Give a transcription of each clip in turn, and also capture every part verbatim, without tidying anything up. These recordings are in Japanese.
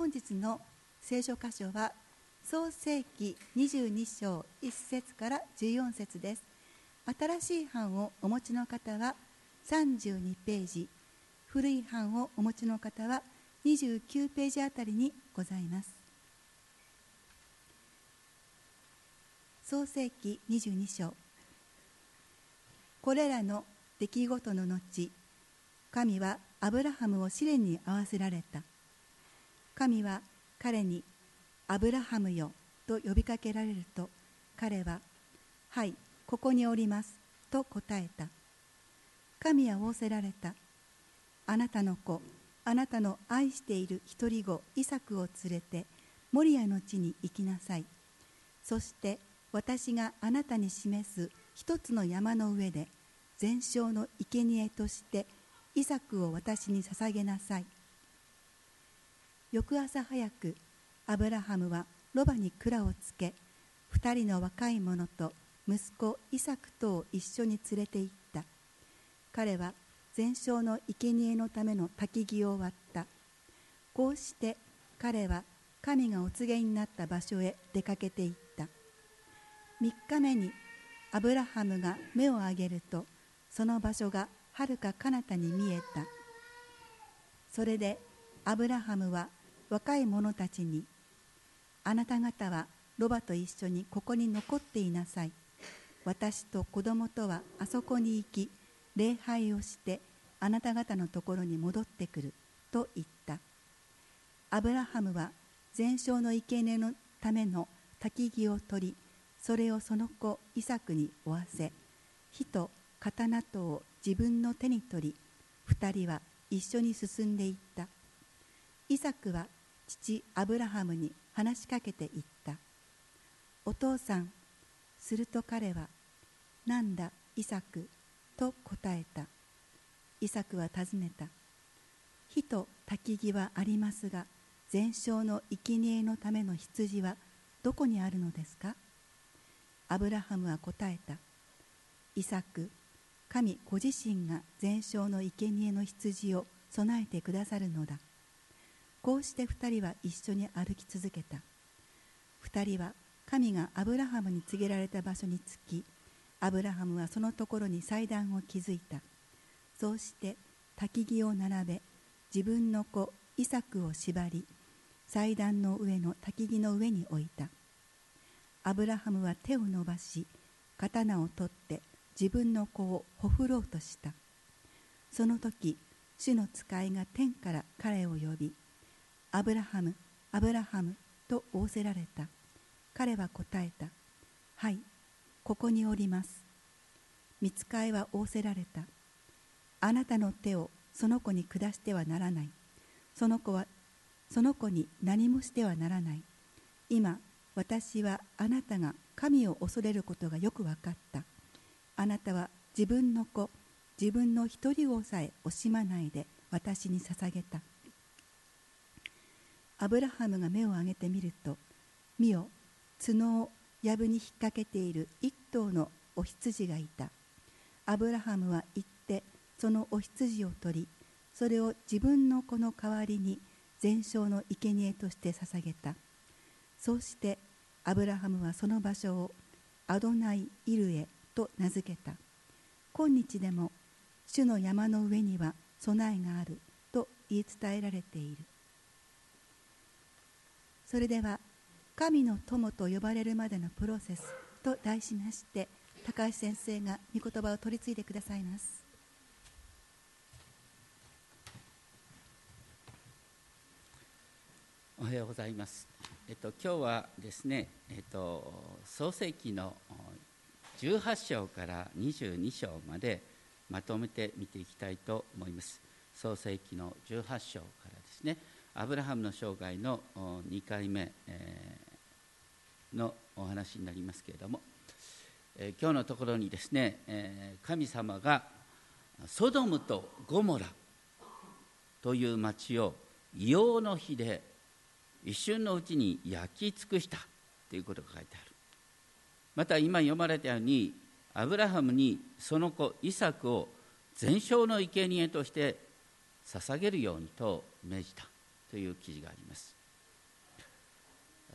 本日の聖書箇所は創世記にじゅうに章いち節からじゅうよん節です。新しい版をお持ちの方はさんじゅうにページ、古い版をお持ちの方はにじゅうきゅうページあたりにございます。創世記にじゅうに章。これらの出来事の後、神はアブラハムを試練に合わせられた。神は彼にアブラハムよと呼びかけられると、彼ははい、ここにおりますと答えた。神は仰せられた。あなたの子、あなたの愛している一人子イサクを連れてモリアの地に行きなさい。そして私があなたに示す一つの山の上で全焼の生贄としてイサクを私に捧げなさい。翌朝早くアブラハムはロバに鞍をつけ、二人の若い者と息子イサクとを一緒に連れて行った。彼は全焼の生贄のための焚き木を割った。こうして彼は神がお告げになった場所へ出かけて行った。三日目にアブラハムが目を上げると、その場所がはるか彼方に見えた。それでアブラハムは若い者たちに、あなた方はロバと一緒にここに残っていなさい。私と子供とはあそこに行き、礼拝をしてあなた方のところに戻ってくると言った。アブラハムは全焼の生贄のための焚き木を取り、それをその子イサクに負わせ、火と刀とを自分の手に取り、二人は一緒に進んでいった。イサクは父アブラハムに話しかけて言った。お父さん。すると彼は、なんだイサクと答えた。イサクは尋ねた。火と焚き木はありますが、全焼の生贄のための羊はどこにあるのですか？アブラハムは答えた。イサク、神ご自身が全焼の生贄の羊を備えてくださるのだ。こうして二人は一緒に歩き続けた。二人は神がアブラハムに告げられた場所に着き、アブラハムはそのところに祭壇を築いた。そうして焚き木を並べ、自分の子イサクを縛り、祭壇の上の焚き木の上に置いた。アブラハムは手を伸ばし、刀を取って自分の子をほふろうとした。その時、主の使いが天から彼を呼び、アブラハム、アブラハムと仰せられた。彼は答えた。はい、ここにおります。御使いは仰せられた。あなたの手をその子に下してはならない。その子は、その子に何もしてはならない。今、私はあなたが神を恐れることがよくわかった。あなたは自分の子、自分の一人子さえ惜しまないで私に捧げた。アブラハムが目を上げてみると、見よ、角を藪に引っ掛けている一頭のお羊がいた。アブラハムは行ってそのお羊を取り、それを自分の子の代わりに全焼の生贄として捧げた。そうしてアブラハムはその場所をアドナイ・イルエと名付けた。今日でも主の山の上には備えがあると言い伝えられている。それでは神の友と呼ばれるまでのプロセスと題しまして、高橋先生が御言葉を取り継いでくださいます。 おはようございます。えっと今日はですね、えっと創世記のじゅうはち章からにじゅうに章までまとめて見ていきたいと思います。創世記のじゅうはち章からですね、アブラハムの生涯のにかいめのお話になりますけれども、今日のところにですね、神様がソドムとゴモラという町を異様の火で一瞬のうちに焼き尽くしたということが書いてある。また今読まれたように、アブラハムにその子イサクを全焼の生贄として捧げるようにと命じたという記事があります。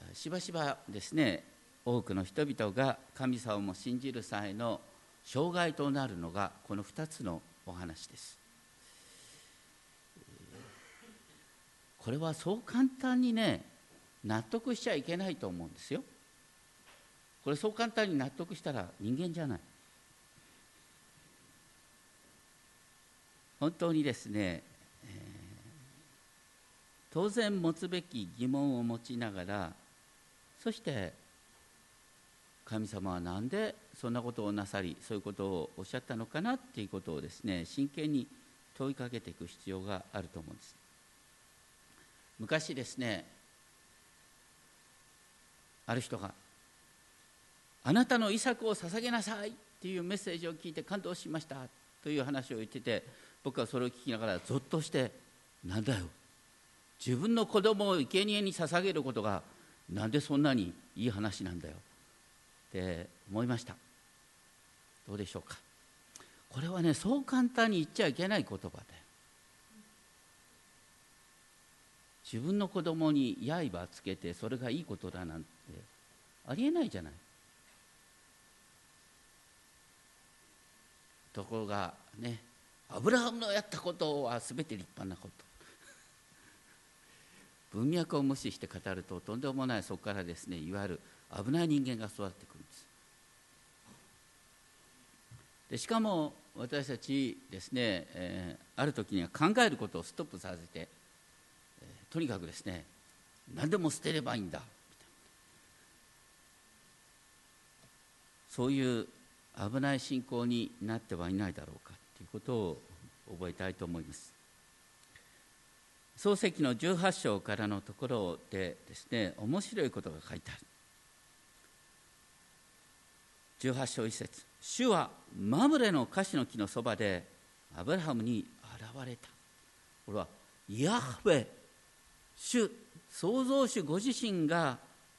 しばしばですね、多くの人々が神様を信じる際の障害となるのがこのふたつのお話です。これはそう簡単にね、納得しちゃいけないと思うんですよ。これそう簡単に納得したら人間じゃない。本当にですね、えー、当然持つべき疑問を持ちながら、そして神様は何でそんなことをなさり、そういうことをおっしゃったのかなっていうことをですね、真剣に問いかけていく必要があると思うんです。昔ですね、ある人があなたのイサクを捧げなさいっていうメッセージを聞いて感動しましたという話を言ってて、僕はそれを聞きながらゾッとして、なんだよ、自分の子供を生贄に捧げることがなんでそんなにいい話なんだよって思いました。どうでしょうか。これはね、そう簡単に言っちゃいけない言葉で、自分の子供に刃つけてそれがいいことだなんてありえないじゃない。ところがね、アブラハムのやったことは全て立派なこと。文脈を無視して語るととんでもない、そこからですね、いわゆる危ない人間が育ってくるんです。でしかも私たちですね、えー、ある時には考えることをストップさせて、えー、とにかくですね、何でも捨てればいいんだみたいな、そういう危ない信仰になってはいないだろうかということを覚えたいと思います。創世記のじゅうはち章からのところでですね、面白いことが書いてある。じゅうはち章いち節、主はマムレのカシの木のそばでアブラハムに現れた。これはヤハウェ、主創造主ご自身が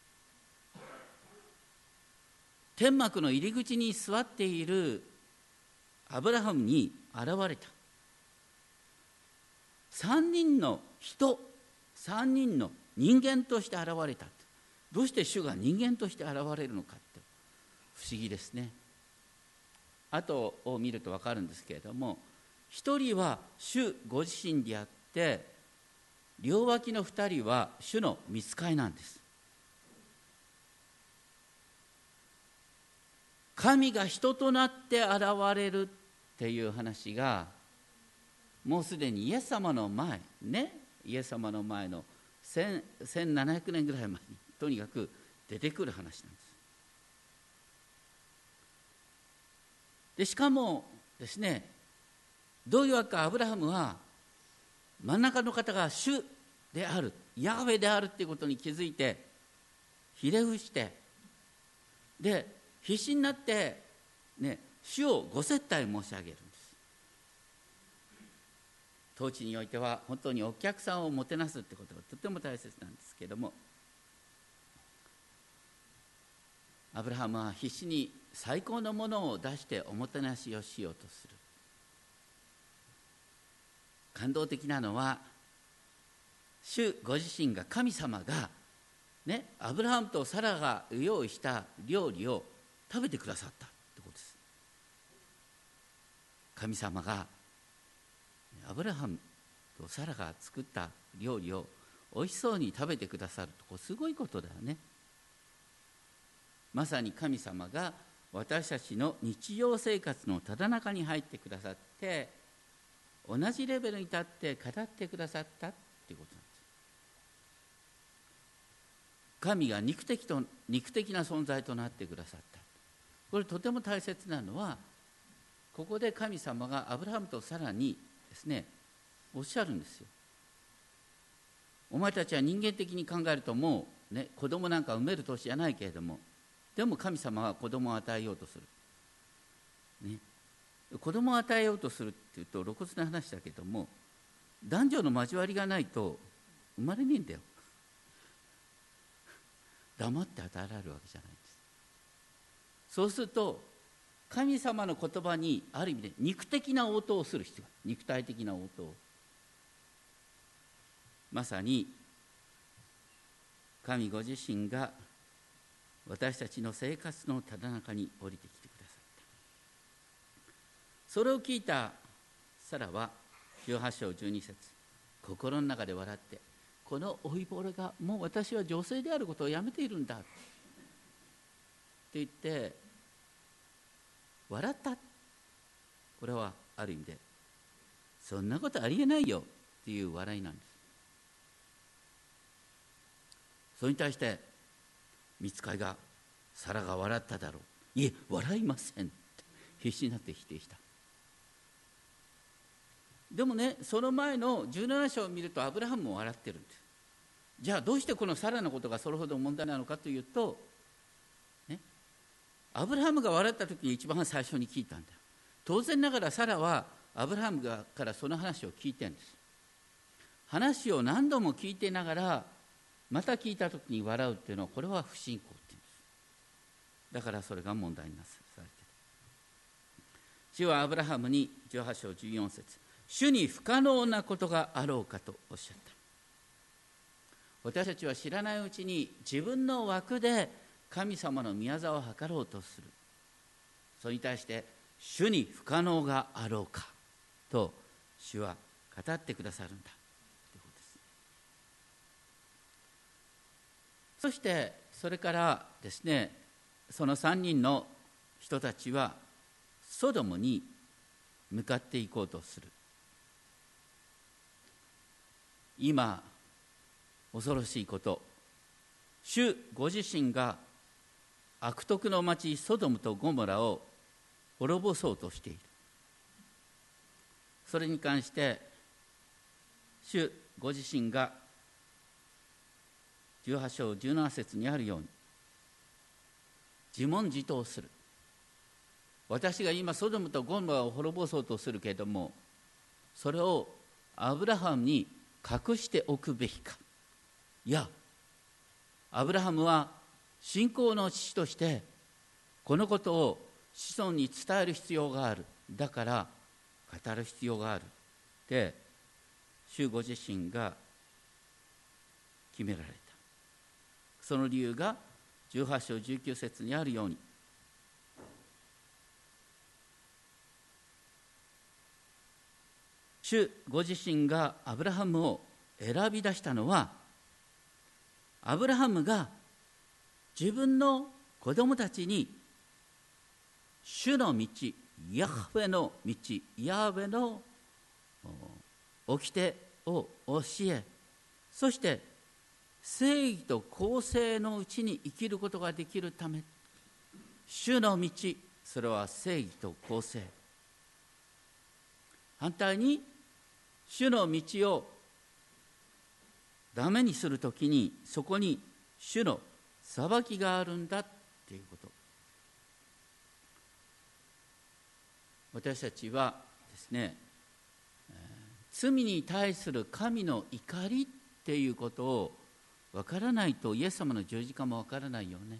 天幕の入り口に座っているアブラハムに現れた。三人の人、三人の人間として現れた。どうして主が人間として現れるのかって不思議ですね。後を見ると分かるんですけれども、一人は主ご自身であって、両脇の二人は主の御使いなんです。神が人となって現れるっていう話がもうすでにイエス様の前ね、イエス様の前のせんななひゃくねんぐらい前にとにかく出てくる話なんです。でしかもですね、どういうわけかアブラハムは真ん中の方が主である、ヤハウェであるっていうことに気づいて、ひれ伏して、で必死になってね、主をご接待申し上げるんです。当地においては本当にお客さんをもてなすってことがとても大切なんですけれども、アブラハムは必死に最高のものを出しておもてなしをしようとする。感動的なのは、主ご自身が、神様がね、アブラハムとサラが用意した料理を食べてくださったってことです。神様がアブラハムとサラが作った料理をおいしそうに食べてくださると、これすごいことだよね。まさに神様が私たちの日常生活のただ中に入ってくださって、同じレベルに立って語ってくださったっていうことなんです。神が肉的と肉的な存在となってくださった。これとても大切なのは、ここで神様がアブラハムとサラにですね、おっしゃるんですよ。お前たちは人間的に考えるともうね、子供なんか産める年じゃないけれども、でも神様は子供を与えようとする、ね、子供を与えようとするっていうと露骨な話だけども、男女の交わりがないと生まれねえんだよ。黙って与えられるわけじゃないんです。そうすると神様の言葉にある意味で肉的な応答をする必要が、肉体的な応答を、まさに神ご自身が私たちの生活のただ中に降りてきてくださった。それを聞いたサラはじゅうはち章じゅうに節、心の中で笑って、この老いぼれがもう私は女性であることをやめているんだって言って笑った。これはある意味でそんなことありえないよっていう笑いなんです。それに対して御使いが、サラが笑っただろう、いえ笑いませんって必死になって否定した。でもね、その前のじゅうなな章を見るとアブラハムも笑ってるんです。じゃあどうしてこのサラのことがそれほど問題なのかというと、ね、アブラハムが笑った時に一番最初に聞いたんだよ。当然ながらサラはアブラハムがからその話を聞いてるんです。話を何度も聞いてながらまた聞いた時に笑うっていうのは、これは不信仰っていうんです。だからそれが問題になされている。主はアブラハムにじゅうはち章じゅうよん節、主に不可能なことがあろうかとおっしゃった。私たちは知らないうちに自分の枠で神様の宮座を図ろうとする。それに対して主に不可能があろうかと主は語ってくださるんだということです。そしてそれからですね、そのさんにんの人たちはソドムに向かっていこうとする。今恐ろしいこと、主ご自身が悪徳の町ソドムとゴモラを滅ぼそうとしている。それに関して主ご自身がじゅうはち章じゅうなな節にあるように自問自答する。私が今ソドムとゴモラを滅ぼそうとするけれども、それをアブラハムに隠しておくべきか、いやアブラハムは信仰の父としてこのことを子孫に伝える必要がある、だから語る必要があるって主ご自身が決められた。その理由がじゅうはち章じゅうきゅう節にあるように、主ご自身がアブラハムを選び出したのは、アブラハムが自分の子供たちに主の道、ヤハウェの道、ヤハウェの掟を教え、そして正義と公正のうちに生きることができるため、主の道、それは正義と公正。反対に主の道をダメにするときに、そこに主の裁きがあるんだっていうこと。私たちはですね、罪に対する神の怒りっていうことを分からないと、イエス様の十字架も分からないよね。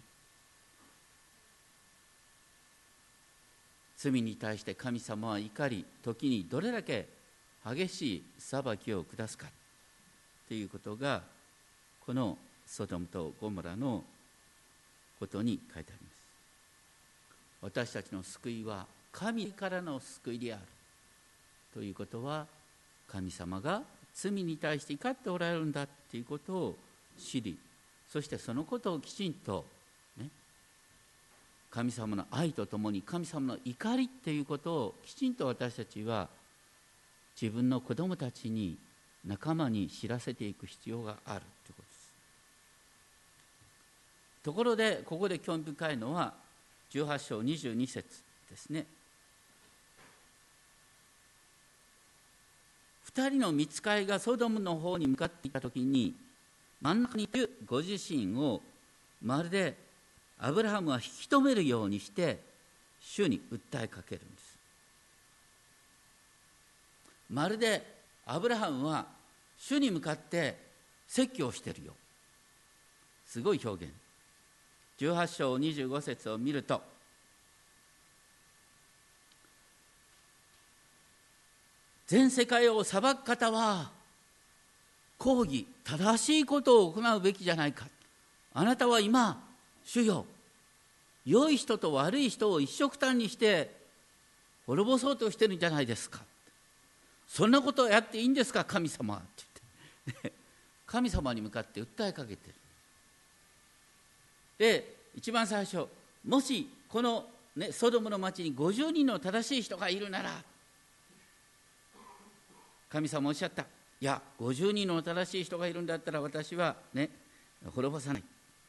罪に対して神様は怒り、時にどれだけ激しい裁きを下すかということが、このソドムとゴモラのことに書いてあります。私たちの救いは神からの救いであるということは、神様が罪に対して怒っておられるんだということを知り、そしてそのことをきちんと、ね、神様の愛とともに神様の怒りっていうことをきちんと私たちは自分の子供たちに、仲間に知らせていく必要があるということです。ところでここで興味深いのはじゅうはち章にじゅうに節ですね。二人の御使いがソドムの方に向かっていたときに、真ん中にいるご自身をまるでアブラハムは引き止めるようにして主に訴えかけるんです。まるでアブラハムは主に向かって説教してるよ。すごい表現。じゅうはち章にじゅうご節を見ると、全世界を裁く方は公義、正しいことを行うべきじゃないか。 あなたは今、主よ、良い人と悪い人を一緒くたんにして滅ぼそうとしてるんじゃないですか。そんなことをやっていいんですか、神様って言って、神様に向かって訴えかけてる。で、一番最初、もしこの、ね、ソドムの町にごじゅうにんの正しい人がいるなら、神様おっしゃった。いや、ごじゅうにんの正しい人がいるんだったら私はね、滅ぼさない。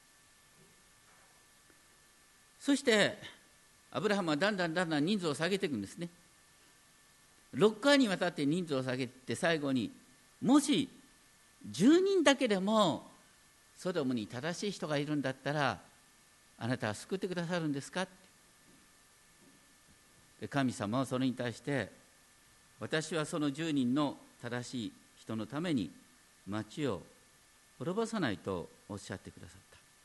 そしてアブラハムはだんだんだんだん人数を下げていくんですね。ろっかいにわたって人数を下げて、最後にもしじゅうにんだけでもソドムに正しい人がいるんだったら、あなたは救ってくださるんですかって。で、神様はそれに対して、私はそのじゅうにんの正しい人のために町を滅ぼさないとおっしゃってくださった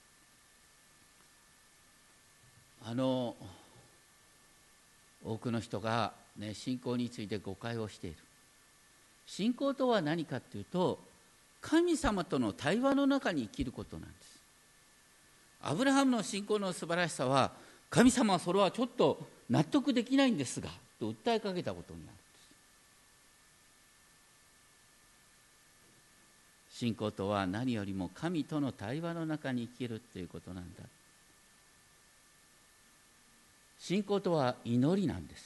。あの多くの人が、ね、信仰について誤解をしている。信仰とは何かというと、神様との対話の中に生きることなんです。アブラハムの信仰の素晴らしさは、神様はそれはちょっと納得できないんですがと訴えかけたことになるんです。信仰とは何よりも神との対話の中に生きるということなんだ。信仰とは祈りなんです。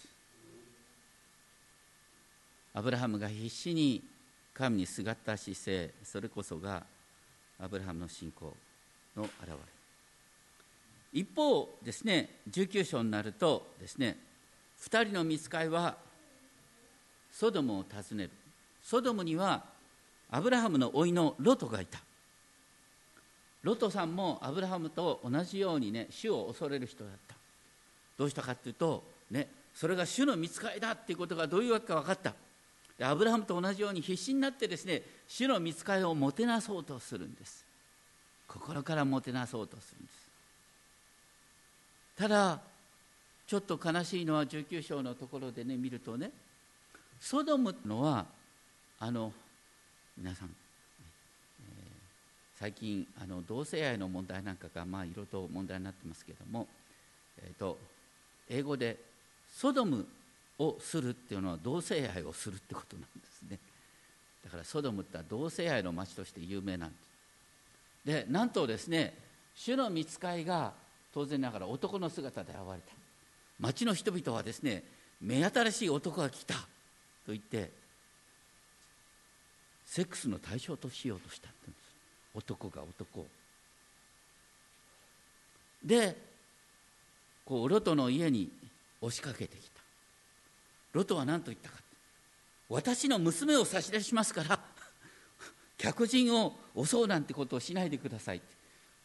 アブラハムが必死に神にすがった姿勢、それこそがアブラハムの信仰の表れ。一方ですね、じゅうきゅう章になるとですね、二人の御使いはソドムを訪ねる。ソドムにはアブラハムの甥のロトがいた。ロトさんもアブラハムと同じようにね、主を恐れる人だった。どうしたかというと、ね、それが主の御使いだっていうことがどういうわけか分かった。で、アブラハムと同じように必死になってですね、主の御使いをもてなそうとするんです。心からもてなそうとするんです。ただちょっと悲しいのはじゅうきゅう章のところでね見るとね、ソドムのはあの皆さん、えー、最近あの同性愛の問題なんかがまあいろいろと問題になってますけれども、えーと英語でソドムをするっていうのは同性愛をするってことなんですね。だからソドムって同性愛の町として有名なんです。で、なんとですね、主の御使いが当然ながら男の姿で現れた。町の人々はですね、目新しい男が来たと言ってセックスの対象としようとしたんです。男が男を。で、こうロトの家に押しかけてきた。ロトは何と言ったか。私の娘を差し出しますから客人を襲うなんてことをしないでくださいって。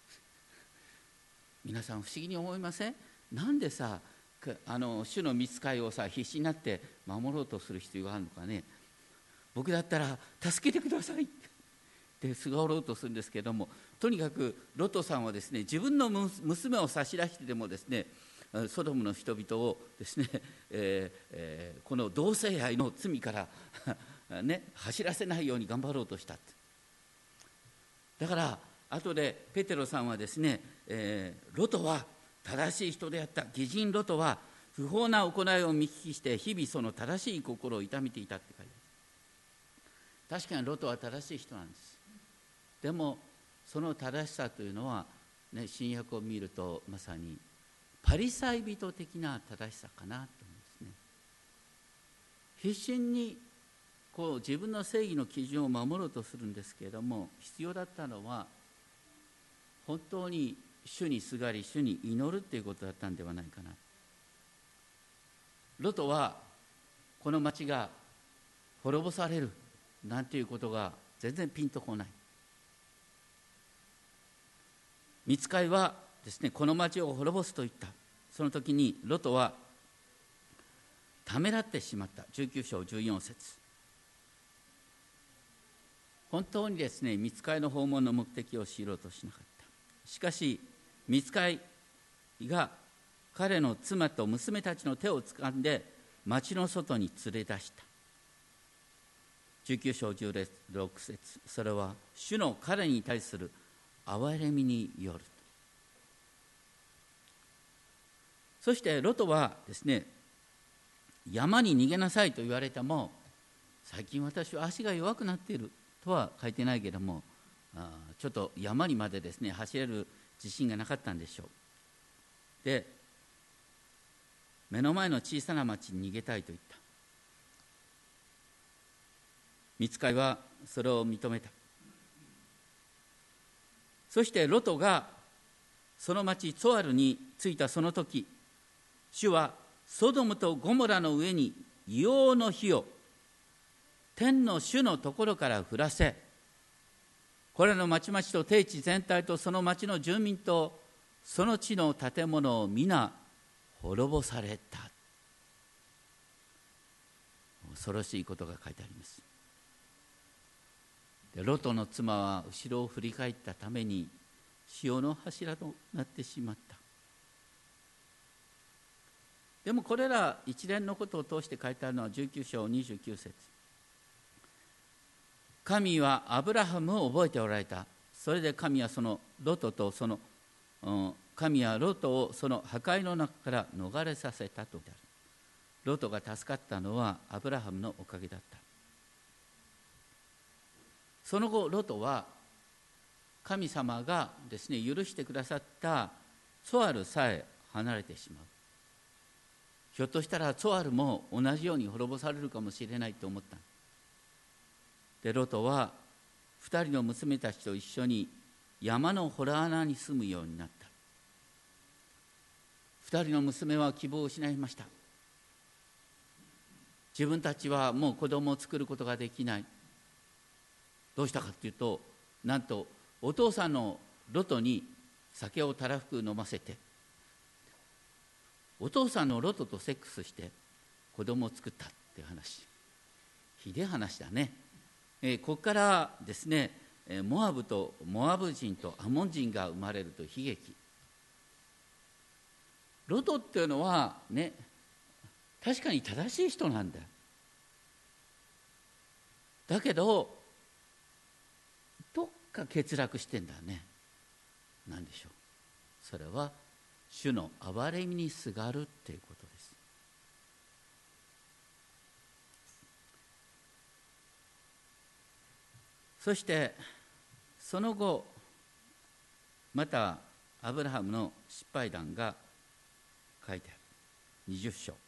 皆さん不思議に思いません？なんでさ、あの主の御使いをさ必死になって守ろうとする必要があるのかね。僕だったら助けてくださいってすがろうとするんですけれども、とにかくロトさんはですね、自分の娘を差し出してでもですね、ソドムの人々をですね、えーえー、この同性愛の罪からね、走らせないように頑張ろうとしたって。だから後でペテロさんはですね、えー、ロトは正しい人であった。義人ロトは不法な行いを見聞きして日々その正しい心を痛めていたって書いてある。確かにロトは正しい人なんです。でもその正しさというのは、ね、新約を見るとまさにパリサイ人的な正しさかなと思うんですね。必死にこう自分の正義の基準を守ろうとするんですけれども、必要だったのは本当に主にすがり主に祈るということだったんではないかな。ロトはこの町が滅ぼされるなんていうことが全然ピンとこない。御使いはですね、この町を滅ぼすと言った。その時にロトはためらってしまった。じゅうきゅう章じゅうよん節。本当にですね、御使いの訪問の目的を知ろうとしなかった。しかし御使いが彼の妻と娘たちの手を掴んで町の外に連れ出した。じゅうきゅう章じゅうろく節。それは主の彼に対する憐れみによる。そしてロトはですね、山に逃げなさいと言われても、最近私は足が弱くなっているとは書いてないけども、あちょっと山にまでですね走れる自信がなかったんでしょう。で、目の前の小さな町に逃げたいと言った。御使いはそれを認めた。そしてロトがその町ツォアルに着いたその時、主はソドムとゴモラの上に硫黄の火を天の主のところから降らせ、これらの町々と低地全体とその町の住民とその地の建物を皆滅ぼされた。恐ろしいことが書いてあります。でロトの妻は後ろを振り返ったために潮の柱となってしまった。でもこれら一連のことを通して書いてあるのはじゅうきゅう章にじゅうきゅう節。神はアブラハムを覚えておられた。それで神はそのロトとその、うん、神はロトをその破壊の中から逃れさせたとである。ロトが助かったのはアブラハムのおかげだった。その後ロトは神様がですね許してくださったツォアルさえ離れてしまう。ひょっとしたらツォアルも同じように滅ぼされるかもしれないと思った。でロトは二人の娘たちと一緒に山の洞穴に住むようになった。二人の娘は希望を失いました。自分たちはもう子供を作ることができない。どうしたかというと、なんとお父さんのロトに酒をたらふく飲ませて、お父さんのロトとセックスして子供を作ったっていう話。ひでえ話だね。えー、ここからですね、モアブとモアブ人とアモン人が生まれるという悲劇。ロトっていうのはね、確かに正しい人なんだよ。だけどどっか欠落してんだね。何でしょう。それは主の憐れみにすがるっていうことです。そしてその後またアブラハムの失敗談が書いてある。にじゅう章。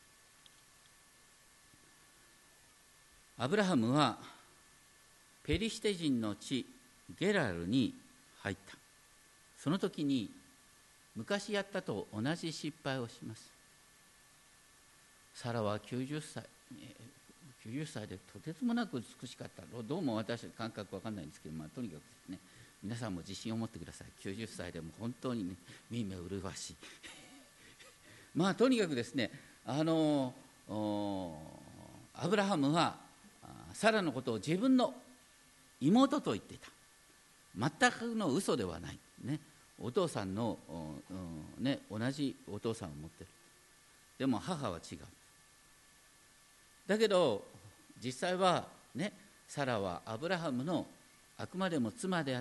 アブラハムはペリシテ人の地ゲラルに入った。その時に昔やったと同じ失敗をします。サラはきゅうじゅっさい、きゅうじゅっさいでとてつもなく美しかった。どうも私の感覚わかんないんですけど、まあ、とにかくですね、皆さんも自信を持ってください。きゅうじゅっさいでも本当にね、見目麗しいまあとにかくですね、あのアブラハムはサラのことを自分の妹と言っていた。全くの嘘ではない、ね、お父さんの、うんね、同じお父さんを持っている。でも母は違う。だけど実際はね、サラはアブラハムのあくまでも妻であって、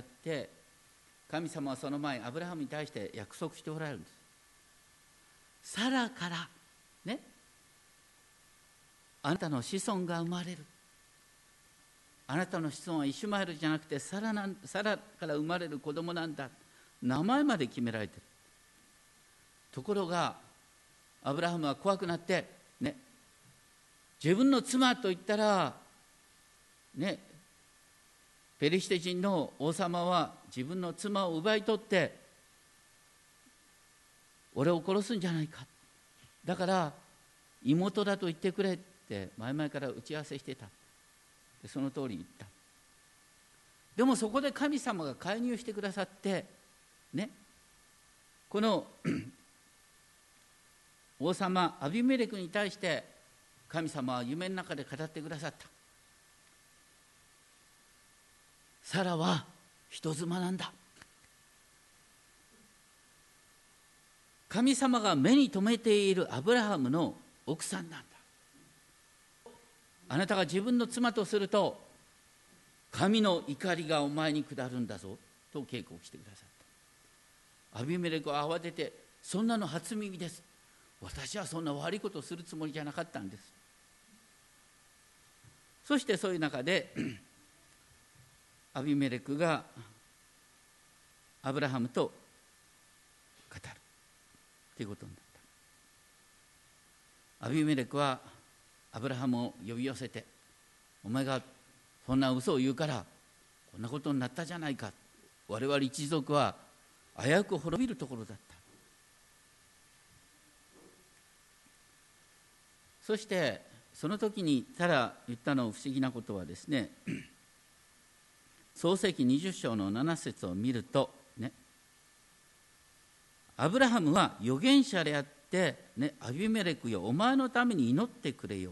神様はその前アブラハムに対して約束しておられるんです。サラからね、あなたの子孫が生まれる。あなたの子孫はイシュマエルじゃなくてサラなんサラから生まれる子供なんだ。名前まで決められている。ところがアブラハムは怖くなってね、自分の妻と言ったらね、ペリシテ人の王様は自分の妻を奪い取って俺を殺すんじゃないか。だから妹だと言ってくれって前々から打ち合わせしてた。でその通り言った。でもそこで神様が介入してくださってね、この王様アビメレクに対して神様は夢の中で語ってくださった。サラは人妻なんだ。神様が目に留めているアブラハムの奥さんなんだ。あなたが自分の妻とすると神の怒りがお前に下るんだぞっと警告してくださった。アビメレクは慌てて、そんなの初耳です。私はそんな悪いことをするつもりじゃなかったんです。そしてそういう中でアビメレクがアブラハムと語るということになった。アビメレクはアブラハムを呼び寄せて、お前がそんな嘘を言うからこんなことになったじゃないか、我々一族は危うく滅びるところだった。そしてその時にただ言ったの不思議なことはですね、創世記にじゅっ章のなな節を見るとね、アブラハムは預言者であって、ね、アビメレクよ、お前のために祈ってくれよ。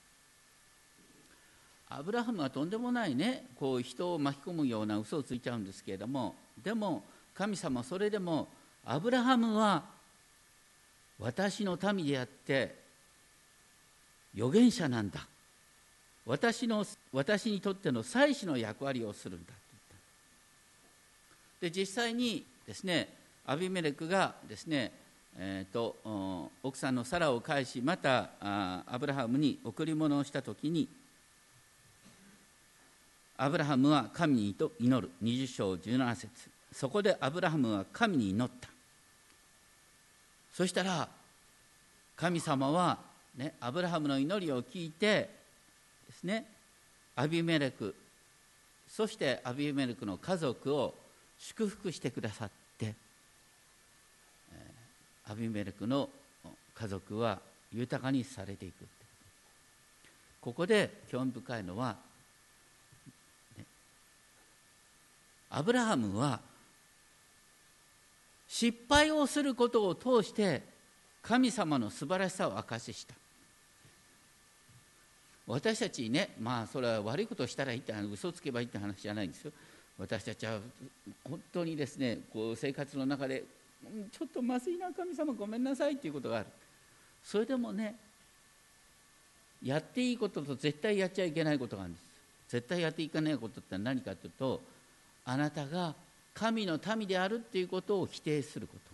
アブラハムはとんでもないね、こう人を巻き込むような嘘をついちゃうんですけれども、でも神様はそれでも、アブラハムは私の民であって預言者なんだ、私の私にとっての祭司の役割をするんだと言った。で実際にですね、アビメレクがですね、えー、と奥さんのサラを返し、またアブラハムに贈り物をしたときに、アブラハムは神に祈るにじゅっ章じゅうなな節、そこでアブラハムは神に祈った。そしたら神様は、ね、アブラハムの祈りを聞いてですね、アビメレク、そしてアビメレクの家族を祝福してくださって、アビメレクの家族は豊かにされていく。ここで興味深いのは、ね、アブラハムは失敗をすることを通して神様の素晴らしさを証しした。私たちね、まあそれは悪いことをしたらいいって嘘つけばいいって話じゃないんですよ。私たちは本当にですね、こう生活の中でちょっとまずいな、神様ごめんなさいっていうことがある。それでもね、やっていいことと絶対やっちゃいけないことがあるんです。絶対やっていかないことって何かというと、あなたが神の民であるっていうことを否定すること。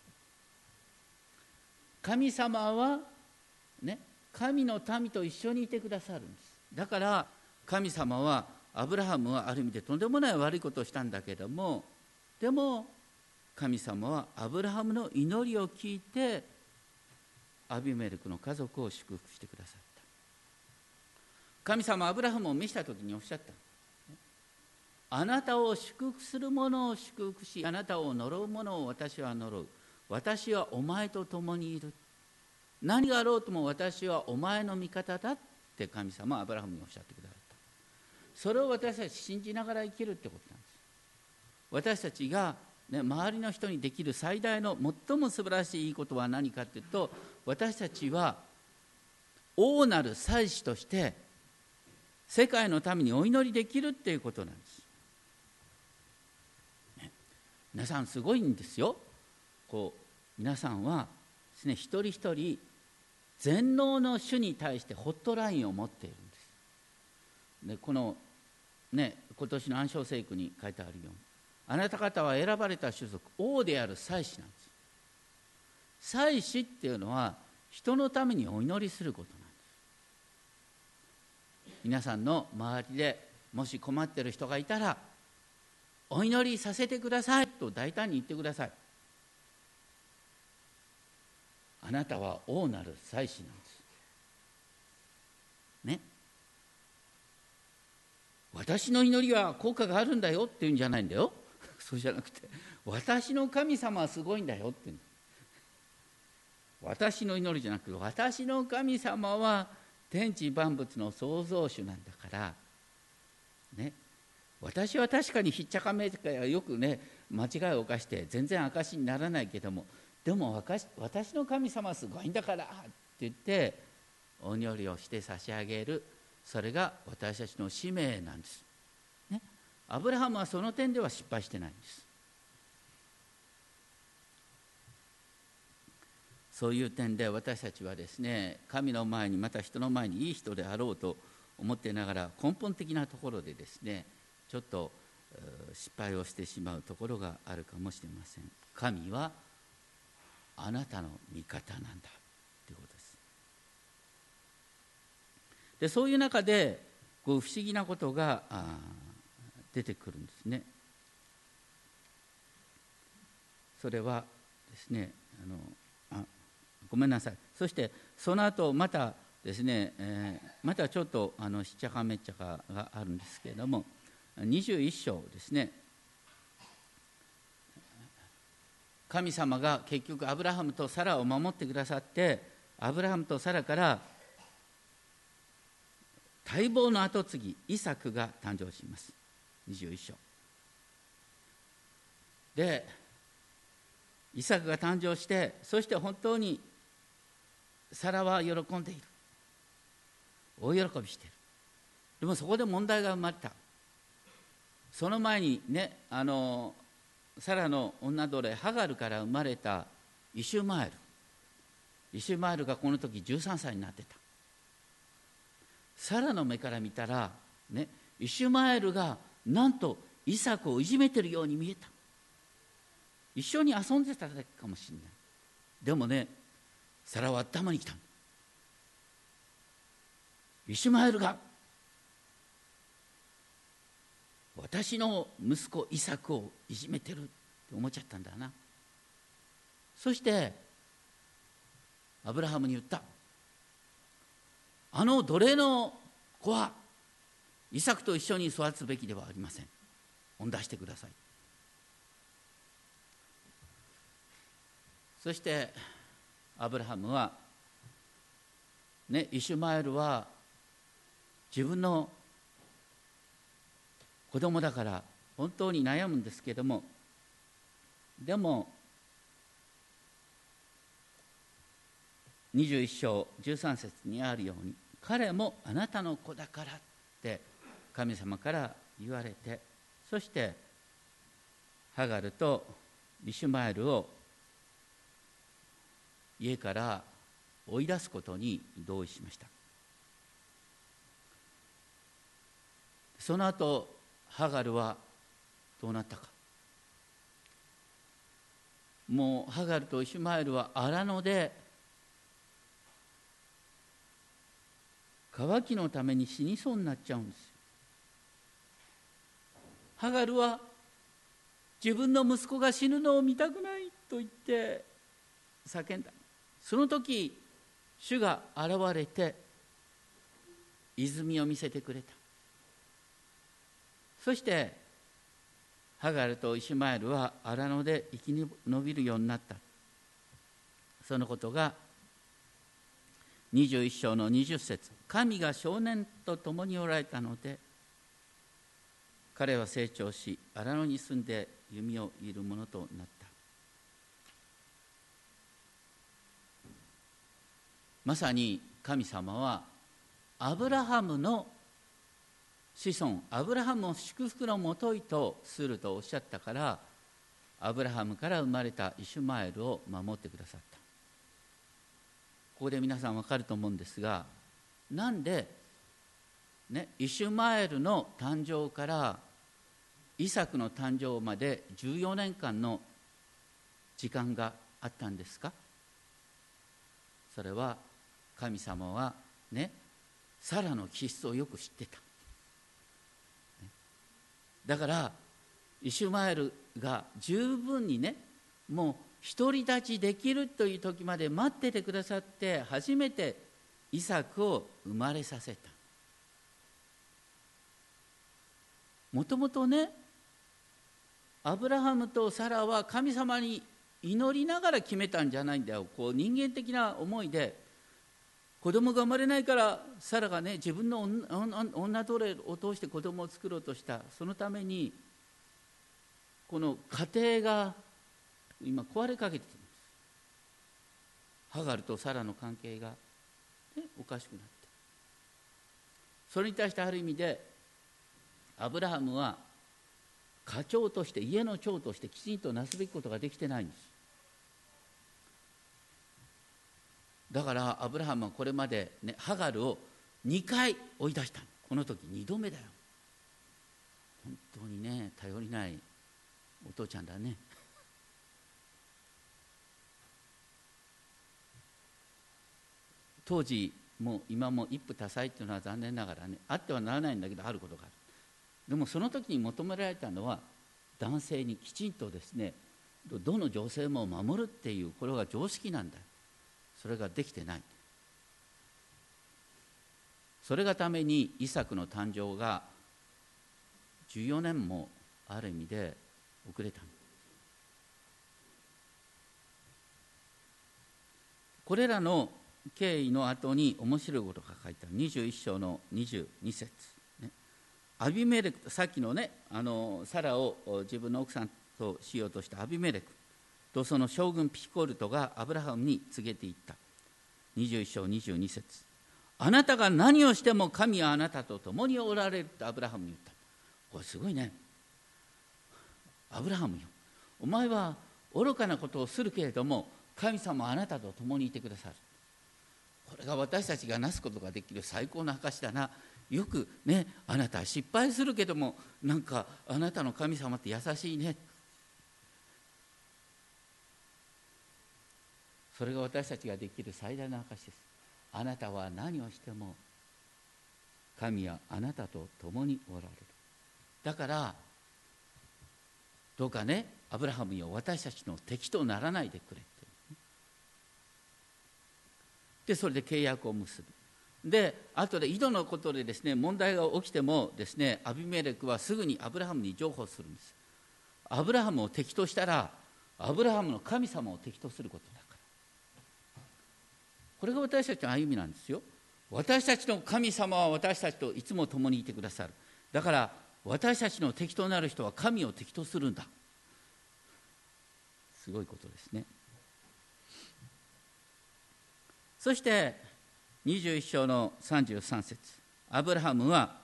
神様はね、神の民と一緒にいてくださるんです。だから神様は、アブラハムはある意味でとんでもない悪いことをしたんだけども、でも神様はアブラハムの祈りを聞いてアビメレクの家族を祝福してくださった。神様はアブラハムを召した時におっしゃった。あなたを祝福する者を祝福し、あなたを呪う者を私は呪う。私はお前と共にいる。何があろうとも私はお前の味方だって神様はアブラハムにおっしゃってくださった。それを私たち信じながら生きるってことなんです。私たちが、ね、周りの人にできる最大の最も素晴らしいことは何かというと、私たちは王なる祭司として世界のためにお祈りできるっていうことなんです、ね、皆さんすごいんですよ。こう皆さんはですね、一人一人全能の主に対してホットラインを持っているんです。でこのね、今年の暗唱聖句に書いてあるように、あなた方は選ばれた種族、王である祭司なんです。祭司っていうのは人のためにお祈りすることなんです。皆さんの周りでもし困っている人がいたら、お祈りさせてくださいと大胆に言ってください。あなたは王なる祭司なんですね。私の祈りは効果があるんだよっていうんじゃないんだよ。そうじゃなくて、私の神様はすごいんだよっていう。私の祈りじゃなくて、私の神様は天地万物の創造主なんだからね。私は確かにひっちゃかめとかよくね、間違いを犯して全然証にならないけども、でも私の神様はすごいんだからって言ってお祈りをして差し上げる。それが私たちの使命なんです、ね、アブラハムはその点では失敗してないんです。そういう点で私たちはですね、神の前にまた人の前にいい人であろうと思っていながら、根本的なところでですね、ちょっと失敗をしてしまうところがあるかもしれません。神はあなたの味方なんだということです。でそういう中でこう不思議なことが出てくるんですね。それはですね、あのあごめんなさい。そしてその後またですね、えー、またちょっとあのしっちゃかめっちゃかがあるんですけれども、にじゅういっ章ですね。神様が結局アブラハムとサラを守ってくださって、アブラハムとサラから待望の跡継ぎイサクが誕生します。にじゅういっ章でイサクが誕生して、そして本当にサラは喜んでいる、大喜びしている。でもそこで問題が生まれた。その前にね、あのサラの女奴隷ハガルから生まれたイシュマエルイシュマエルがこの時じゅうさんさいになってた。サラの目から見たら、ね、イシュマエルがなんとイサクをいじめてるように見えた。一緒に遊んでただけかもしれない。でもね、サラは頭に来た。イシュマエルが私の息子イサクをいじめてるって思っちゃったんだな。そしてアブラハムに言った。あの奴隷の子はイサクと一緒に育つべきではありません。追ん出してください。そしてアブラハムはね、イシュマエルは自分の子供だから本当に悩むんですけども、でもにじゅういっ章じゅうさん節にあるように、彼もあなたの子だからって神様から言われて、そしてハガルとイシュマエルを家から追い出すことに同意しました。その後ハガルはどうなったか。もうハガルとイシュマエルは荒野で渇きのために死にそうになっちゃうんですよ。ハガルは自分の息子が死ぬのを見たくないと言って叫んだ。その時主が現れて泉を見せてくれた。そしてハガルとイシュマエルは荒野で生き延びるようになった。そのことがにじゅういっ章のにじゅう節、神が少年と共におられたので彼は成長し荒野に住んで弓を射るものとなった。まさに神様はアブラハムの子孫、アブラハムを祝福のもといとするとおっしゃったから、アブラハムから生まれたイシュマエルを守ってくださった。ここで皆さん分かると思うんですが、なんで、ね、イシュマエルの誕生からイサクの誕生までじゅうよねんかんの時間があったんですか。それは神様はね、サラの気質をよく知ってた。だからイシュマエルが十分にね、もう独り立ちできるという時まで待っててくださって、初めてイサクを生まれさせた。もともとね、アブラハムとサラは神様に祈りながら決めたんじゃないんだよ。こう人間的な思いで、子供が生まれないからサラがね、自分の女奴隷を通して子供を作ろうとした。そのためにこの家庭が今壊れかけています。ハガルとサラの関係が、ね、おかしくなって、それに対してある意味でアブラハムは家長として、家の長としてきちんとなすべきことができてないんです。だからアブラハムはこれまで、ね、ハガルをにかい追い出した。この時にどめだよ。 本当にね頼りないお父ちゃんだね。当時も今も一夫多妻というのは残念ながらねあってはならないんだけどあることがある。でもその時に求められたのは男性にきちんとですねどの女性も守るっていうこれが常識なんだ。それができてない。それがためにイサクの誕生がじゅうよねんもある意味で遅れた。これらの経緯の後に面白いことが書いてある。にじゅういっ章のにじゅうに節、ね、アビメレク、さっきのねあのサラを自分の奥さんとしようとしたアビメレクとその将軍ピコルトがアブラハムに告げていった。にじゅういっ章にじゅうに節、あなたが何をしても神はあなたと共におられるとアブラハムに言った。これすごいね。アブラハムよ、お前は愚かなことをするけれども神様はあなたと共にいてくださる。これが私たちがなすことができる最高の証だな。よくね、あなたは失敗するけどもなんかあなたの神様って優しいね。それが私たちができる最大の証です。あなたは何をしても神はあなたと共におられる。だからどうかね、アブラハムよ、私たちの敵とならないでくれって。でそれで契約を結ぶ。で後で井戸のことでですね問題が起きてもですねアビメレクはすぐにアブラハムに譲歩するんです。アブラハムを敵としたらアブラハムの神様を敵とすることだから。これが私たちの歩みなんですよ。私たちの神様は私たちといつも共にいてくださる。だから私たちの敵となる人は神を敵とするんだ。すごいことですね。そしてにじゅういっ章のさんじゅうさん節、アブラハムは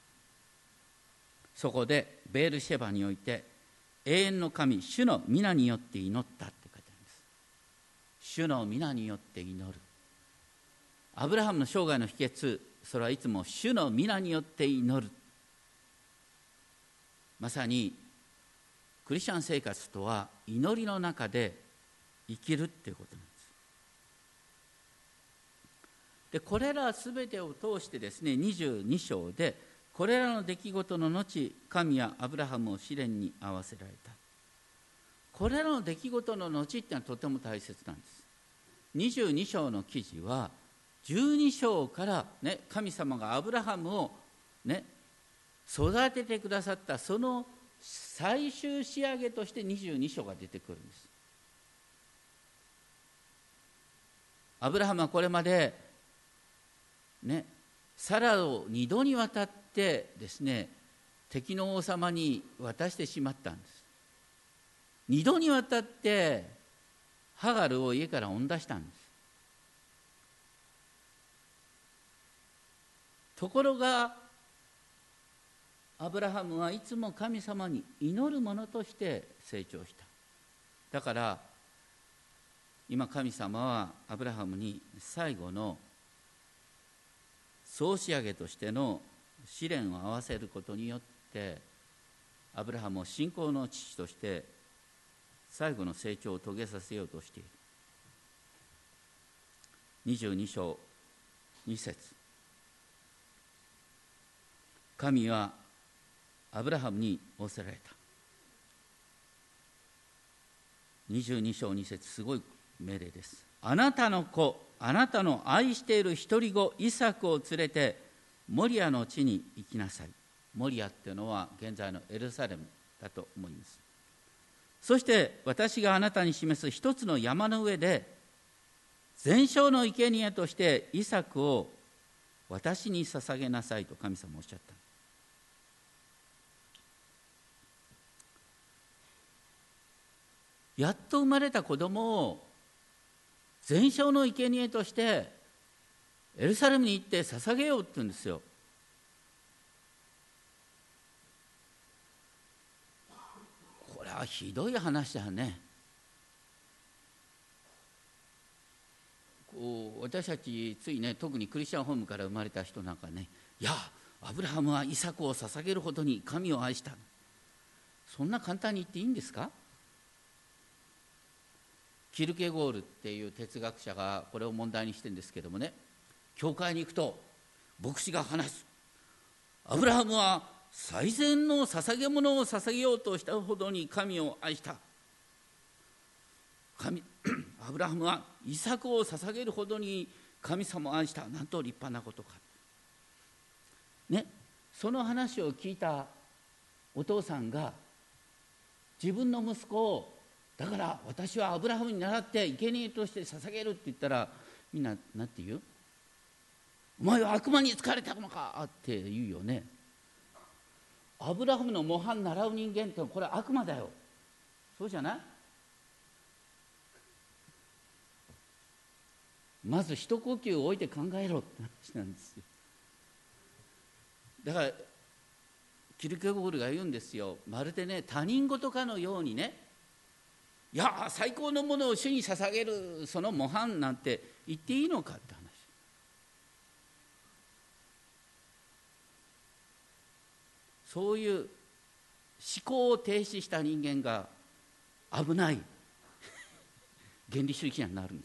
そこでベールシェバにおいて永遠の神主の皆によって祈ったって書いてあるんです。主の皆によって祈る。アブラハムの生涯の秘訣、それはいつも主の皆によって祈る。まさにクリスチャン生活とは祈りの中で生きるっていうことなんです。でこれらすべてを通してですねにじゅうに章でこれらの出来事の後神はアブラハムを試練に合わせられた。これらの出来事の後っていうのはとても大切なんです。にじゅうに章の記事はじゅうに章から、ね、神様がアブラハムを、ね、育ててくださったその最終仕上げとしてにじゅうに章が出てくるんです。アブラハムはこれまでね、サラを二度にわたってですね敵の王様に渡してしまったんです。二度にわたってハガルを家から追ん出したんです。ところがアブラハムはいつも神様に祈る者として成長した。だから今神様はアブラハムに最後の総仕上げとしての試練を合わせることによってアブラハムを信仰の父として最後の成長を遂げさせようとしている。にじゅうに章に節、神はアブラハムに仰せられた。にじゅうに章に節、すごい命令です。あなたの子、あなたの愛している一人子イサクを連れてモリアの地に行きなさい。モリアっていうのは現在のエルサレムだと思います。そして私があなたに示す一つの山の上で全焼の生贄としてイサクを私に捧げなさいと神様おっしゃった。やっと生まれた子供を全焼の生贄としてエルサレムに行って捧げようって言うんですよ。これはひどい話だね。こう私たちついね、特にクリスチャンホームから生まれた人なんかね、いやアブラハムはイサクを捧げるほどに神を愛した。そんな簡単に言っていいんですか？キルケゴールっていう哲学者がこれを問題にしてるんですけどもね、教会に行くと牧師が話す。アブラハムは最善の捧げ物を捧げようとしたほどに神を愛した。神アブラハムはイサクを捧げるほどに神様を愛した。なんと立派なことか。ね、その話を聞いたお父さんが自分の息子を、だから私はアブラハムに倣って生贄として捧げるって言ったら、みんななんて言う？お前は悪魔に疲れたのかって言うよね。アブラハムの模範習う人間ってこれは悪魔だよ。そうじゃない？まず一呼吸置いて考えろって話なんですよ。だからキルケゴールが言うんですよ。まるでね、他人事かのようにね、いや最高のものを主に捧げるその模範なんて言っていいのかって話。そういう思考を停止した人間が危ない原理主義者になるんです。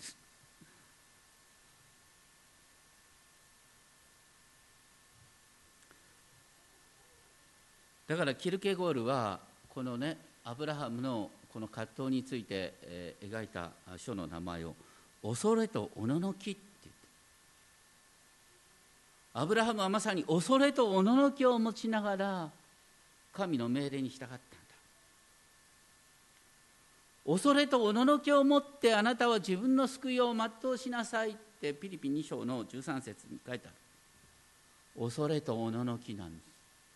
だからキルケゴールはこのね、アブラハムのこの葛藤について、えー、描いた書の名前を恐れとおののきって言って、アブラハムはまさに恐れとおののきを持ちながら神の命令に従ったんだ。恐れとおののきを持ってあなたは自分の救いを全うしなさいってピリピに章のじゅうさん節に書いてある。恐れとおののきなんです。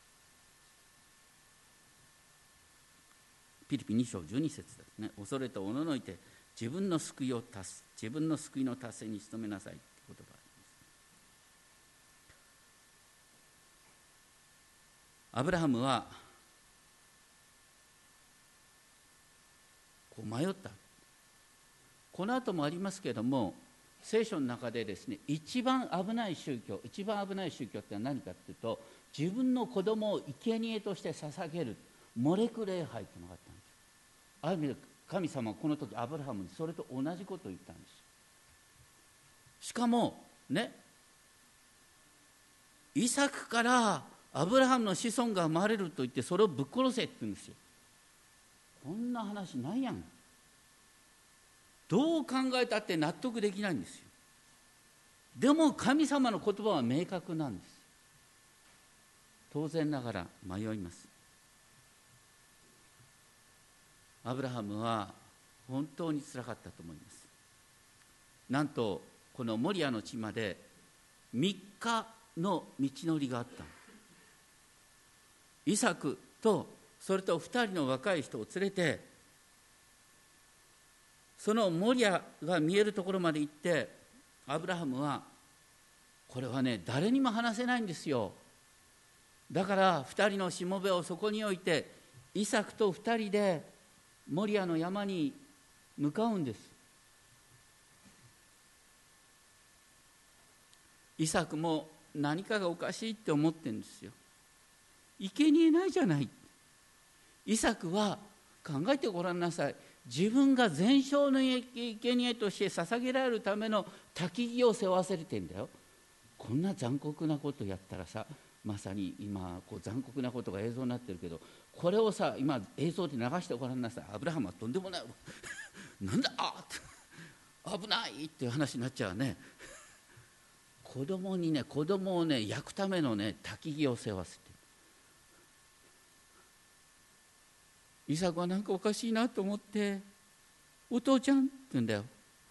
ピリピに章じゅうに節ですね。恐れとおののいて自分の救いを達す、自分の救いの達成に努めなさいって言葉があります。アブラハムはこう迷った。この後もありますけれども、聖書の中でですね、一番危ない宗教、一番危ない宗教って何かっていうと、自分の子供を生贄として捧げるモレク礼拝というのがあったんです。ある意味で神様はこの時アブラハムにそれと同じことを言ったんです。しかもね、イサクからアブラハムの子孫が生まれると言ってそれをぶっ殺せって言うんですよ。こんな話ないやん。どう考えたって納得できないんですよ。でも神様の言葉は明確なんです。当然ながら迷います。アブラハムは本当につらかったと思います。なんとこのモリアの地までみっかの道のりがあった。イサクとそれとふたりの若い人を連れて、そのモリアが見えるところまで行って、アブラハムはこれはね、誰にも話せないんですよ。だからふたりのしもべをそこに置いて、イサクとふたりでモリアの山に向かうんです。イサクも何かがおかしいって思ってるんですよ。生贄ないじゃない。イサクは考えてごらんなさい。自分が全焼の生贄として捧げられるための焚き木を背負わせれてんだよ。こんな残酷なことやったらさ、まさに今こう残酷なことが映像になってるけど、これをさ今映像で流してごらんなさい。アブラハムはとんでもないなんだあ危ないっていう話になっちゃうね。子供にね子供をね焼くためのね焚き木を背負わせて、イサクはなんかおかしいなと思って、お父ちゃんって言うんだよ。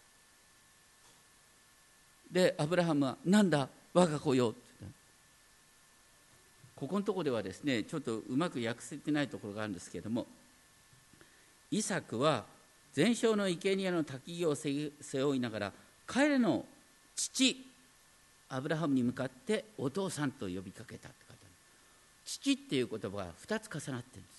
でアブラハムはなんだ我が子よって言った。ここのところではですね、ちょっとうまく訳せてないところがあるんですけれども、イサクは全焼の生贄の焚き木を背負いながら彼の父アブラハムに向かってお父さんと呼びかけたって書いてある。父っていう言葉がふたつ重なってるんです。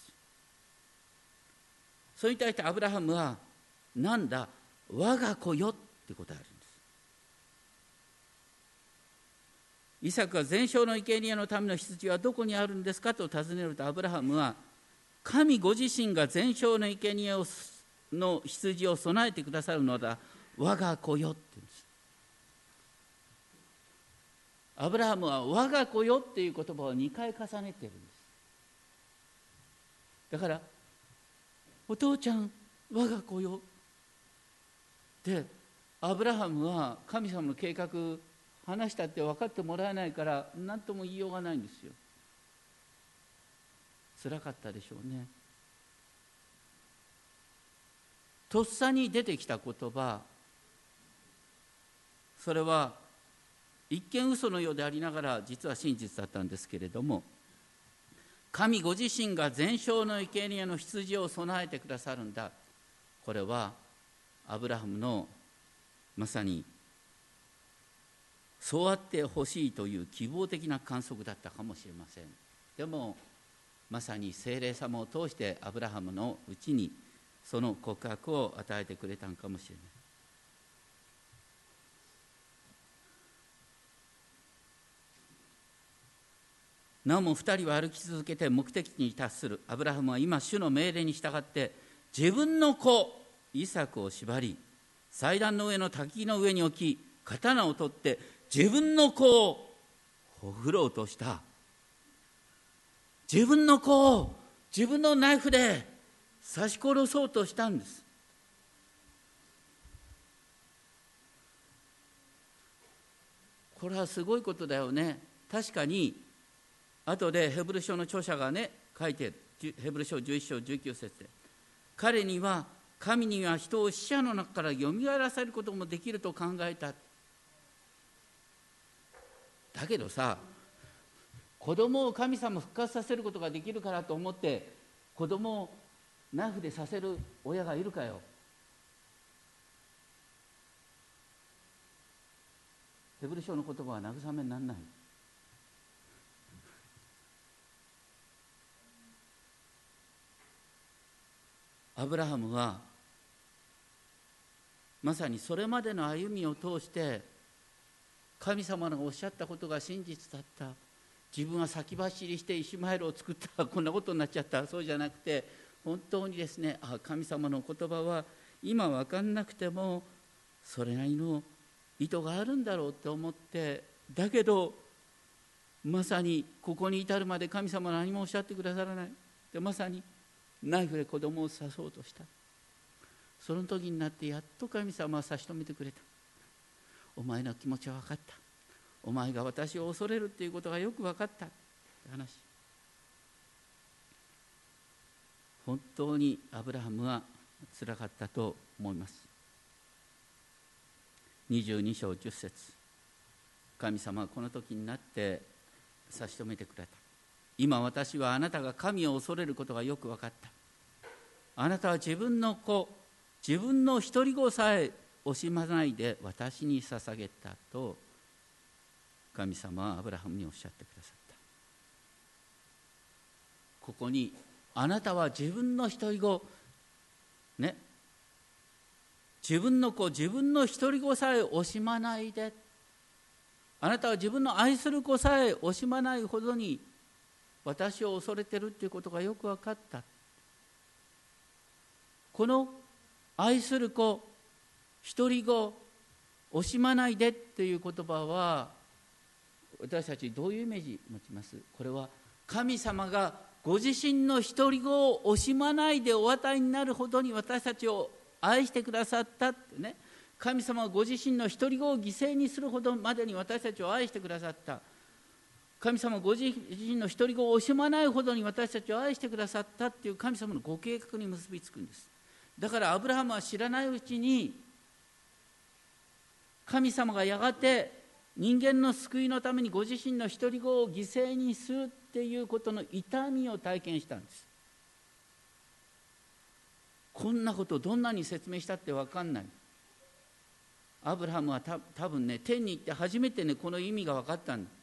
それに対してアブラハムはなんだ我が子よって答えるんです。 イサクは全焼の生贄のための羊はどこにあるんですかと尋ねると、アブラハムは、神ご自身が全焼の生贄の羊を備えてくださるのだ、我が子よって言うんです。アブラハムは我が子よっていう言葉をにかい重ねているんです。だからお父ちゃん我が子よで、アブラハムは神様の計画話したって分かってもらえないから何とも言いようがないんですよ。辛かったでしょうね。とっさに出てきた言葉、それは一見嘘のようでありながら実は真実だったんですけれども、神ご自身が全焼の生贄の羊を備えてくださるんだ。これはアブラハムのまさにそうあってほしいという希望的な観測だったかもしれません。でもまさに聖霊様を通してアブラハムのうちにその告白を与えてくれたのかもしれない。なおも二人は歩き続けて目的地に達する。アブラハムは今主の命令に従って自分の子イサクを縛り、祭壇の上の焚きの上に置き、刀を取って自分の子をほふろうとした。自分の子を自分のナイフで刺し殺そうとしたんです。これはすごいことだよね。確かに後でヘブル書の著者がね書いている、ヘブル書じゅういっ章じゅうきゅう節で、彼には神には人を死者の中からよみがえらせることもできると考えた。だけどさ、子供を神様復活させることができるからと思って子供をナイフで刺せる親がいるかよ。ヘブル書の言葉は慰めにならない。アブラハムはまさにそれまでの歩みを通して神様がおっしゃったことが真実だった。自分は先走りしてイシュマエルを作ったらこんなことになっちゃった。そうじゃなくて、本当にですね、あ、神様の言葉は今分かんなくてもそれなりの意図があるんだろうと思って、だけどまさにここに至るまで神様は何もおっしゃってくださらない。でまさにナイフで子供を刺そうとした。その時になってやっと神様は差し止めてくれた。お前の気持ちは分かった。お前が私を恐れるっていうことがよく分かったって話。本当にアブラハムはつらかったと思います。にじゅうに章じゅっ節、神様はこの時になって差し止めてくれた。今私はあなたが神を恐れることがよく分かった。あなたは自分の子、自分の一人子さえ惜しまないで私に捧げたと神様はアブラハムにおっしゃってくださった。ここにあなたは自分の一人子ね、自分の子、自分の一人子さえ惜しまないで、あなたは自分の愛する子さえ惜しまないほどに私を恐れてるっていうことがよく分かった。この愛する子、一人子、惜しまないでっていう言葉は私たちどういうイメージ持ちます？これは神様がご自身の一人子を惜しまないでお与えになるほどに私たちを愛してくださったってね。神様はご自身の一人子を犠牲にするほどまでに私たちを愛してくださった。神様はご自身の一人子を惜しまないほどに私たちを愛してくださったっていう神様のご計画に結びつくんです。だからアブラハムは知らないうちに神様がやがて人間の救いのためにご自身の一人子を犠牲にするっていうことの痛みを体験したんです。こんなことをどんなに説明したって分かんない。アブラハムはた多分ね、天に行って初めてねこの意味が分かったんだ。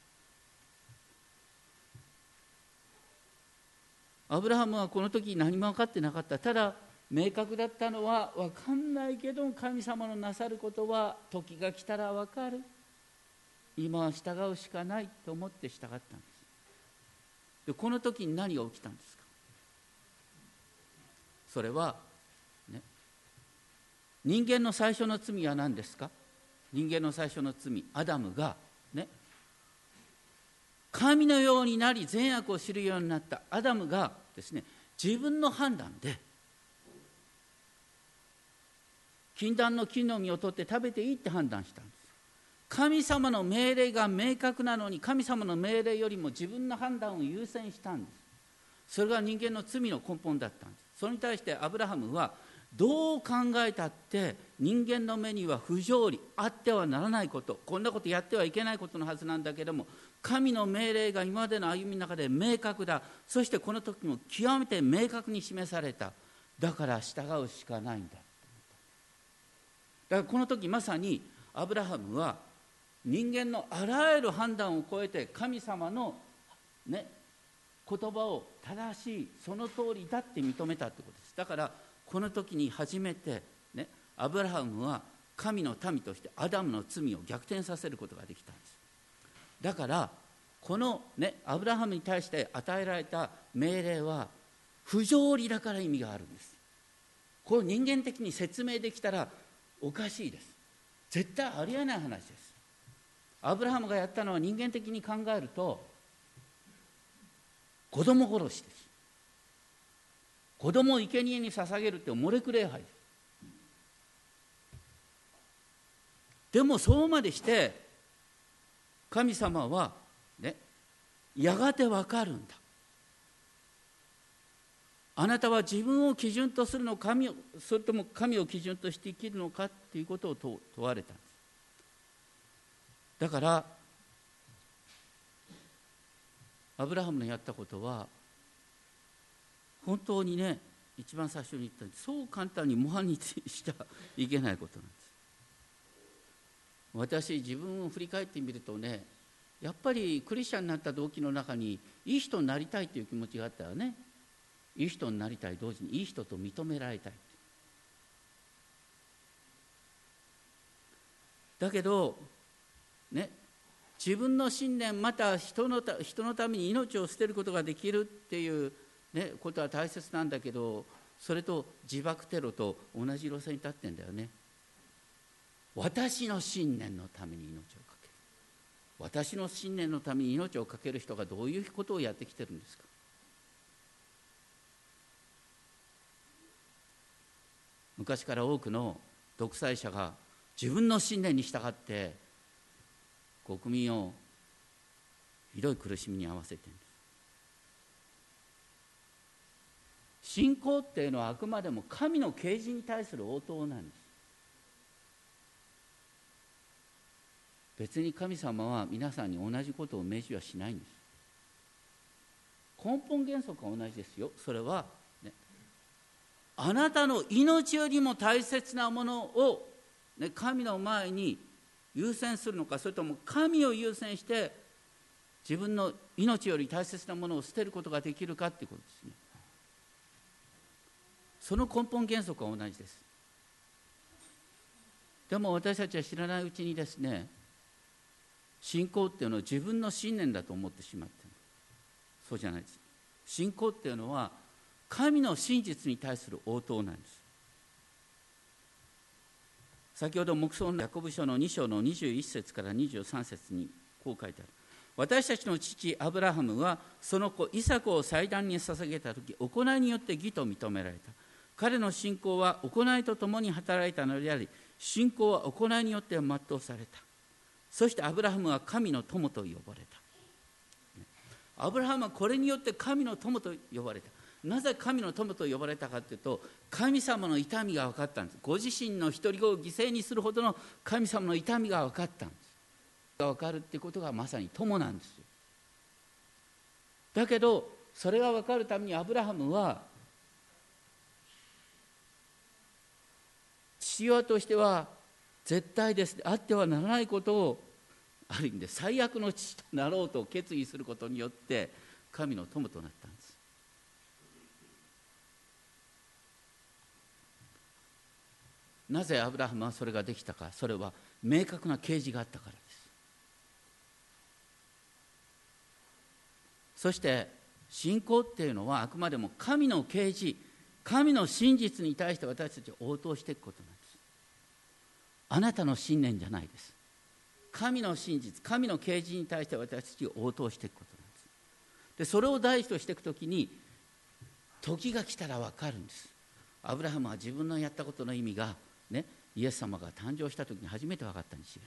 アブラハムはこの時何も分かってなかった。ただ明確だったのは、分かんないけど神様のなさることは時が来たら分かる。 今は従うしかないと思って従ったんです。でこの時に何が起きたんですか。それは、ね、人間の最初の罪は何ですか。人間の最初の罪、アダムがね、神のようになり善悪を知るようになったアダムがですね、自分の判断で禁断の木の実を取って食べていいって判断したんです。神様の命令が明確なのに、神様の命令よりも自分の判断を優先したんです。それが人間の罪の根本だったんです。それに対してアブラハムはどう考えたって人間の目には不条理、あってはならないこと、こんなことやってはいけないことのはずなんだけども、神の命令が今までの歩みの中で明確だ。そしてこの時も極めて明確に示された。だから従うしかないんだ。だからこの時まさにアブラハムは人間のあらゆる判断を超えて神様の、ね、言葉を正しい、その通りだって認めたってことです。だからこの時に初めて、ね、アブラハムは神の民としてアダムの罪を逆転させることができたんです。だからこの、ね、アブラハムに対して与えられた命令は不条理だから意味があるんです。これを人間的に説明できたらおかしいです。絶対ありえない話です。アブラハムがやったのは人間的に考えると子供殺しです。子供を生贄に捧げるってモレク礼拝です。でもそうまでして神様はね、やがてわかるんだ。あなたは自分を基準とするのか、神をそれとも神を基準として生きるのかっていうことを問われたんです。だからアブラハムのやったことは本当にね、一番最初に言ったようにそう簡単に模範にしちゃいけないことなんです。私自分を振り返ってみるとね、やっぱりクリスチャンになった動機の中にいい人になりたいという気持ちがあったらね、いい人になりたい、同時にいい人と認められたい。だけどね、自分の信念また人のた人のために命を捨てることができるっていう、ね、ことは大切なんだけど、それと自爆テロと同じ路線に立ってんだよね。私の信念のために命をかける。私の信念のために命をかける人がどういうことをやってきてるんですか。昔から多くの独裁者が自分の信念に従って国民をひどい苦しみに遭わせているんです。信仰っていうのはあくまでも神の啓示に対する応答なんです。別に神様は皆さんに同じことを命じはしないんです。根本原則は同じですよ。それは、ね、あなたの命よりも大切なものを、ね、神の前に優先するのか、それとも神を優先して自分の命より大切なものを捨てることができるかということですね。その根本原則は同じです。でも私たちは知らないうちにですね、信仰っていうのは自分の信念だと思ってしまっている。そうじゃないです。信仰っていうのは神の真実に対する応答なんです。先ほど黙想のヤコブ書のに章のにじゅういち節からにじゅうさん節にこう書いてある。私たちの父アブラハムはその子イサクを祭壇に捧げたとき、行いによって義と認められた。彼の信仰は行いとともに働いたのであり、信仰は行いによって全うされた。そしてアブラハムは神の友と呼ばれた。アブラハムはこれによって神の友と呼ばれた。なぜ神の友と呼ばれたかというと、神様の痛みが分かったんです。ご自身の一人子を犠牲にするほどの神様の痛みが分かったんです。が分かるっていうことがまさに友なんですよ。だけどそれが分かるためにアブラハムは父親としては絶対です、あってはならないことをある意味で最悪の父となろうと決意することによって神の友となったんです。なぜアブラハムはそれができたか。それは明確な啓示があったからです。 そして信仰っていうのはあくまでも神の啓示、神の真実に対して私たちを応答していくことなんです。あなたの信念じゃないです。神の真実、神の啓示に対して私たちを応答していくことなんです。でそれを第一としていくときに、時が来たら分かるんです。アブラハムは自分のやったことの意味が、ね、イエス様が誕生したときに初めて分かったに違いない。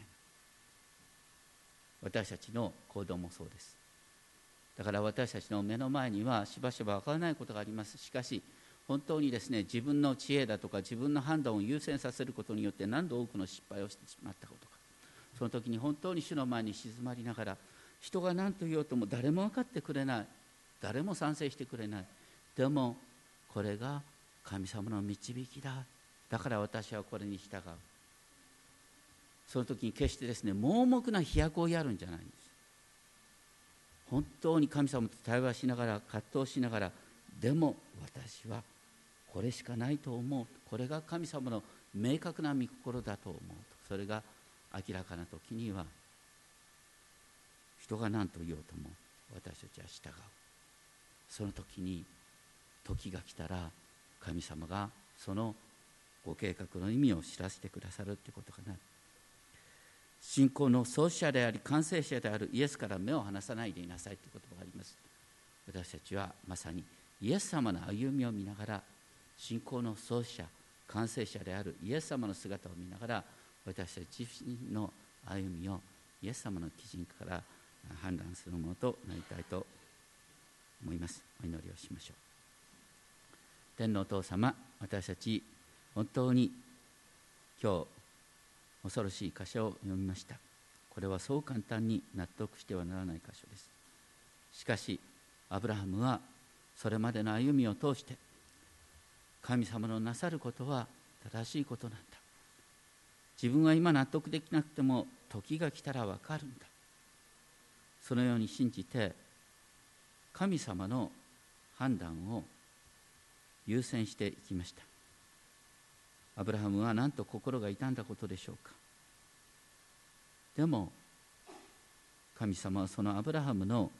私たちの行動もそうです。だから私たちの目の前にはしばしば分からないことがあります。しかし本当にですね、自分の知恵だとか自分の判断を優先させることによって何度多くの失敗をしてしまったことか。その時に本当に主の前に静まりながら、人が何と言おうとも誰も分かってくれない、誰も賛成してくれない、でもこれが神様の導きだ、だから私はこれに従う。その時に決してですね、盲目な飛躍をやるんじゃないんです。本当に神様と対話しながら、葛藤しながら、でも私はこれしかないと思う、これが神様の明確な御心だと思うと、それが明らかな時には、人が何と言おうとも私たちは従う。その時に時が来たら、神様がそのご計画の意味を知らせてくださるということかな。信仰の創始者であり完成者であるイエスから目を離さないでいなさいという言葉があります。私たちはまさにイエス様の歩みを見ながら、信仰の創始者完成者であるイエス様の姿を見ながら、私たち自身の歩みをイエス様の基準から判断するものとなりたいと思います。お祈りをしましょう。天のお父様、私たち本当に今日恐ろしい箇所を読みました。これはそう簡単に納得してはならない箇所です。しかしアブラハムはそれまでの歩みを通して、神様のなさることは正しいことなんだ、自分は今納得できなくても時が来たら分かるんだ、そのように信じて神様の判断を優先していきました。アブラハムはなんと心が痛んだことでしょうか。でも神様はそのアブラハムの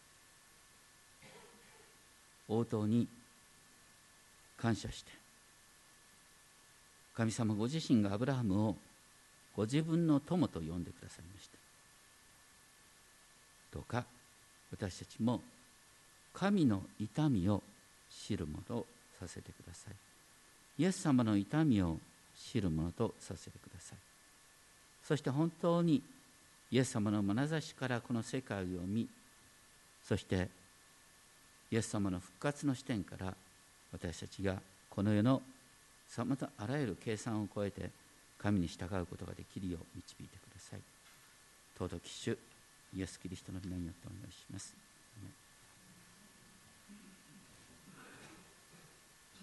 応答に感謝して、神様ご自身がアブラハムをご自分の友と呼んでくださいました。どうか私たちも神の痛みを知るものとさせてください。イエス様の痛みを知るものとさせてください。そして本当にイエス様の眼差しからこの世界を見、そしてイエス様の復活の視点から私たちがこの世のさまざまあらゆる計算を超えて神に従うことができるよう導いてください。尊き主イエスキリストの皆によってお願いします。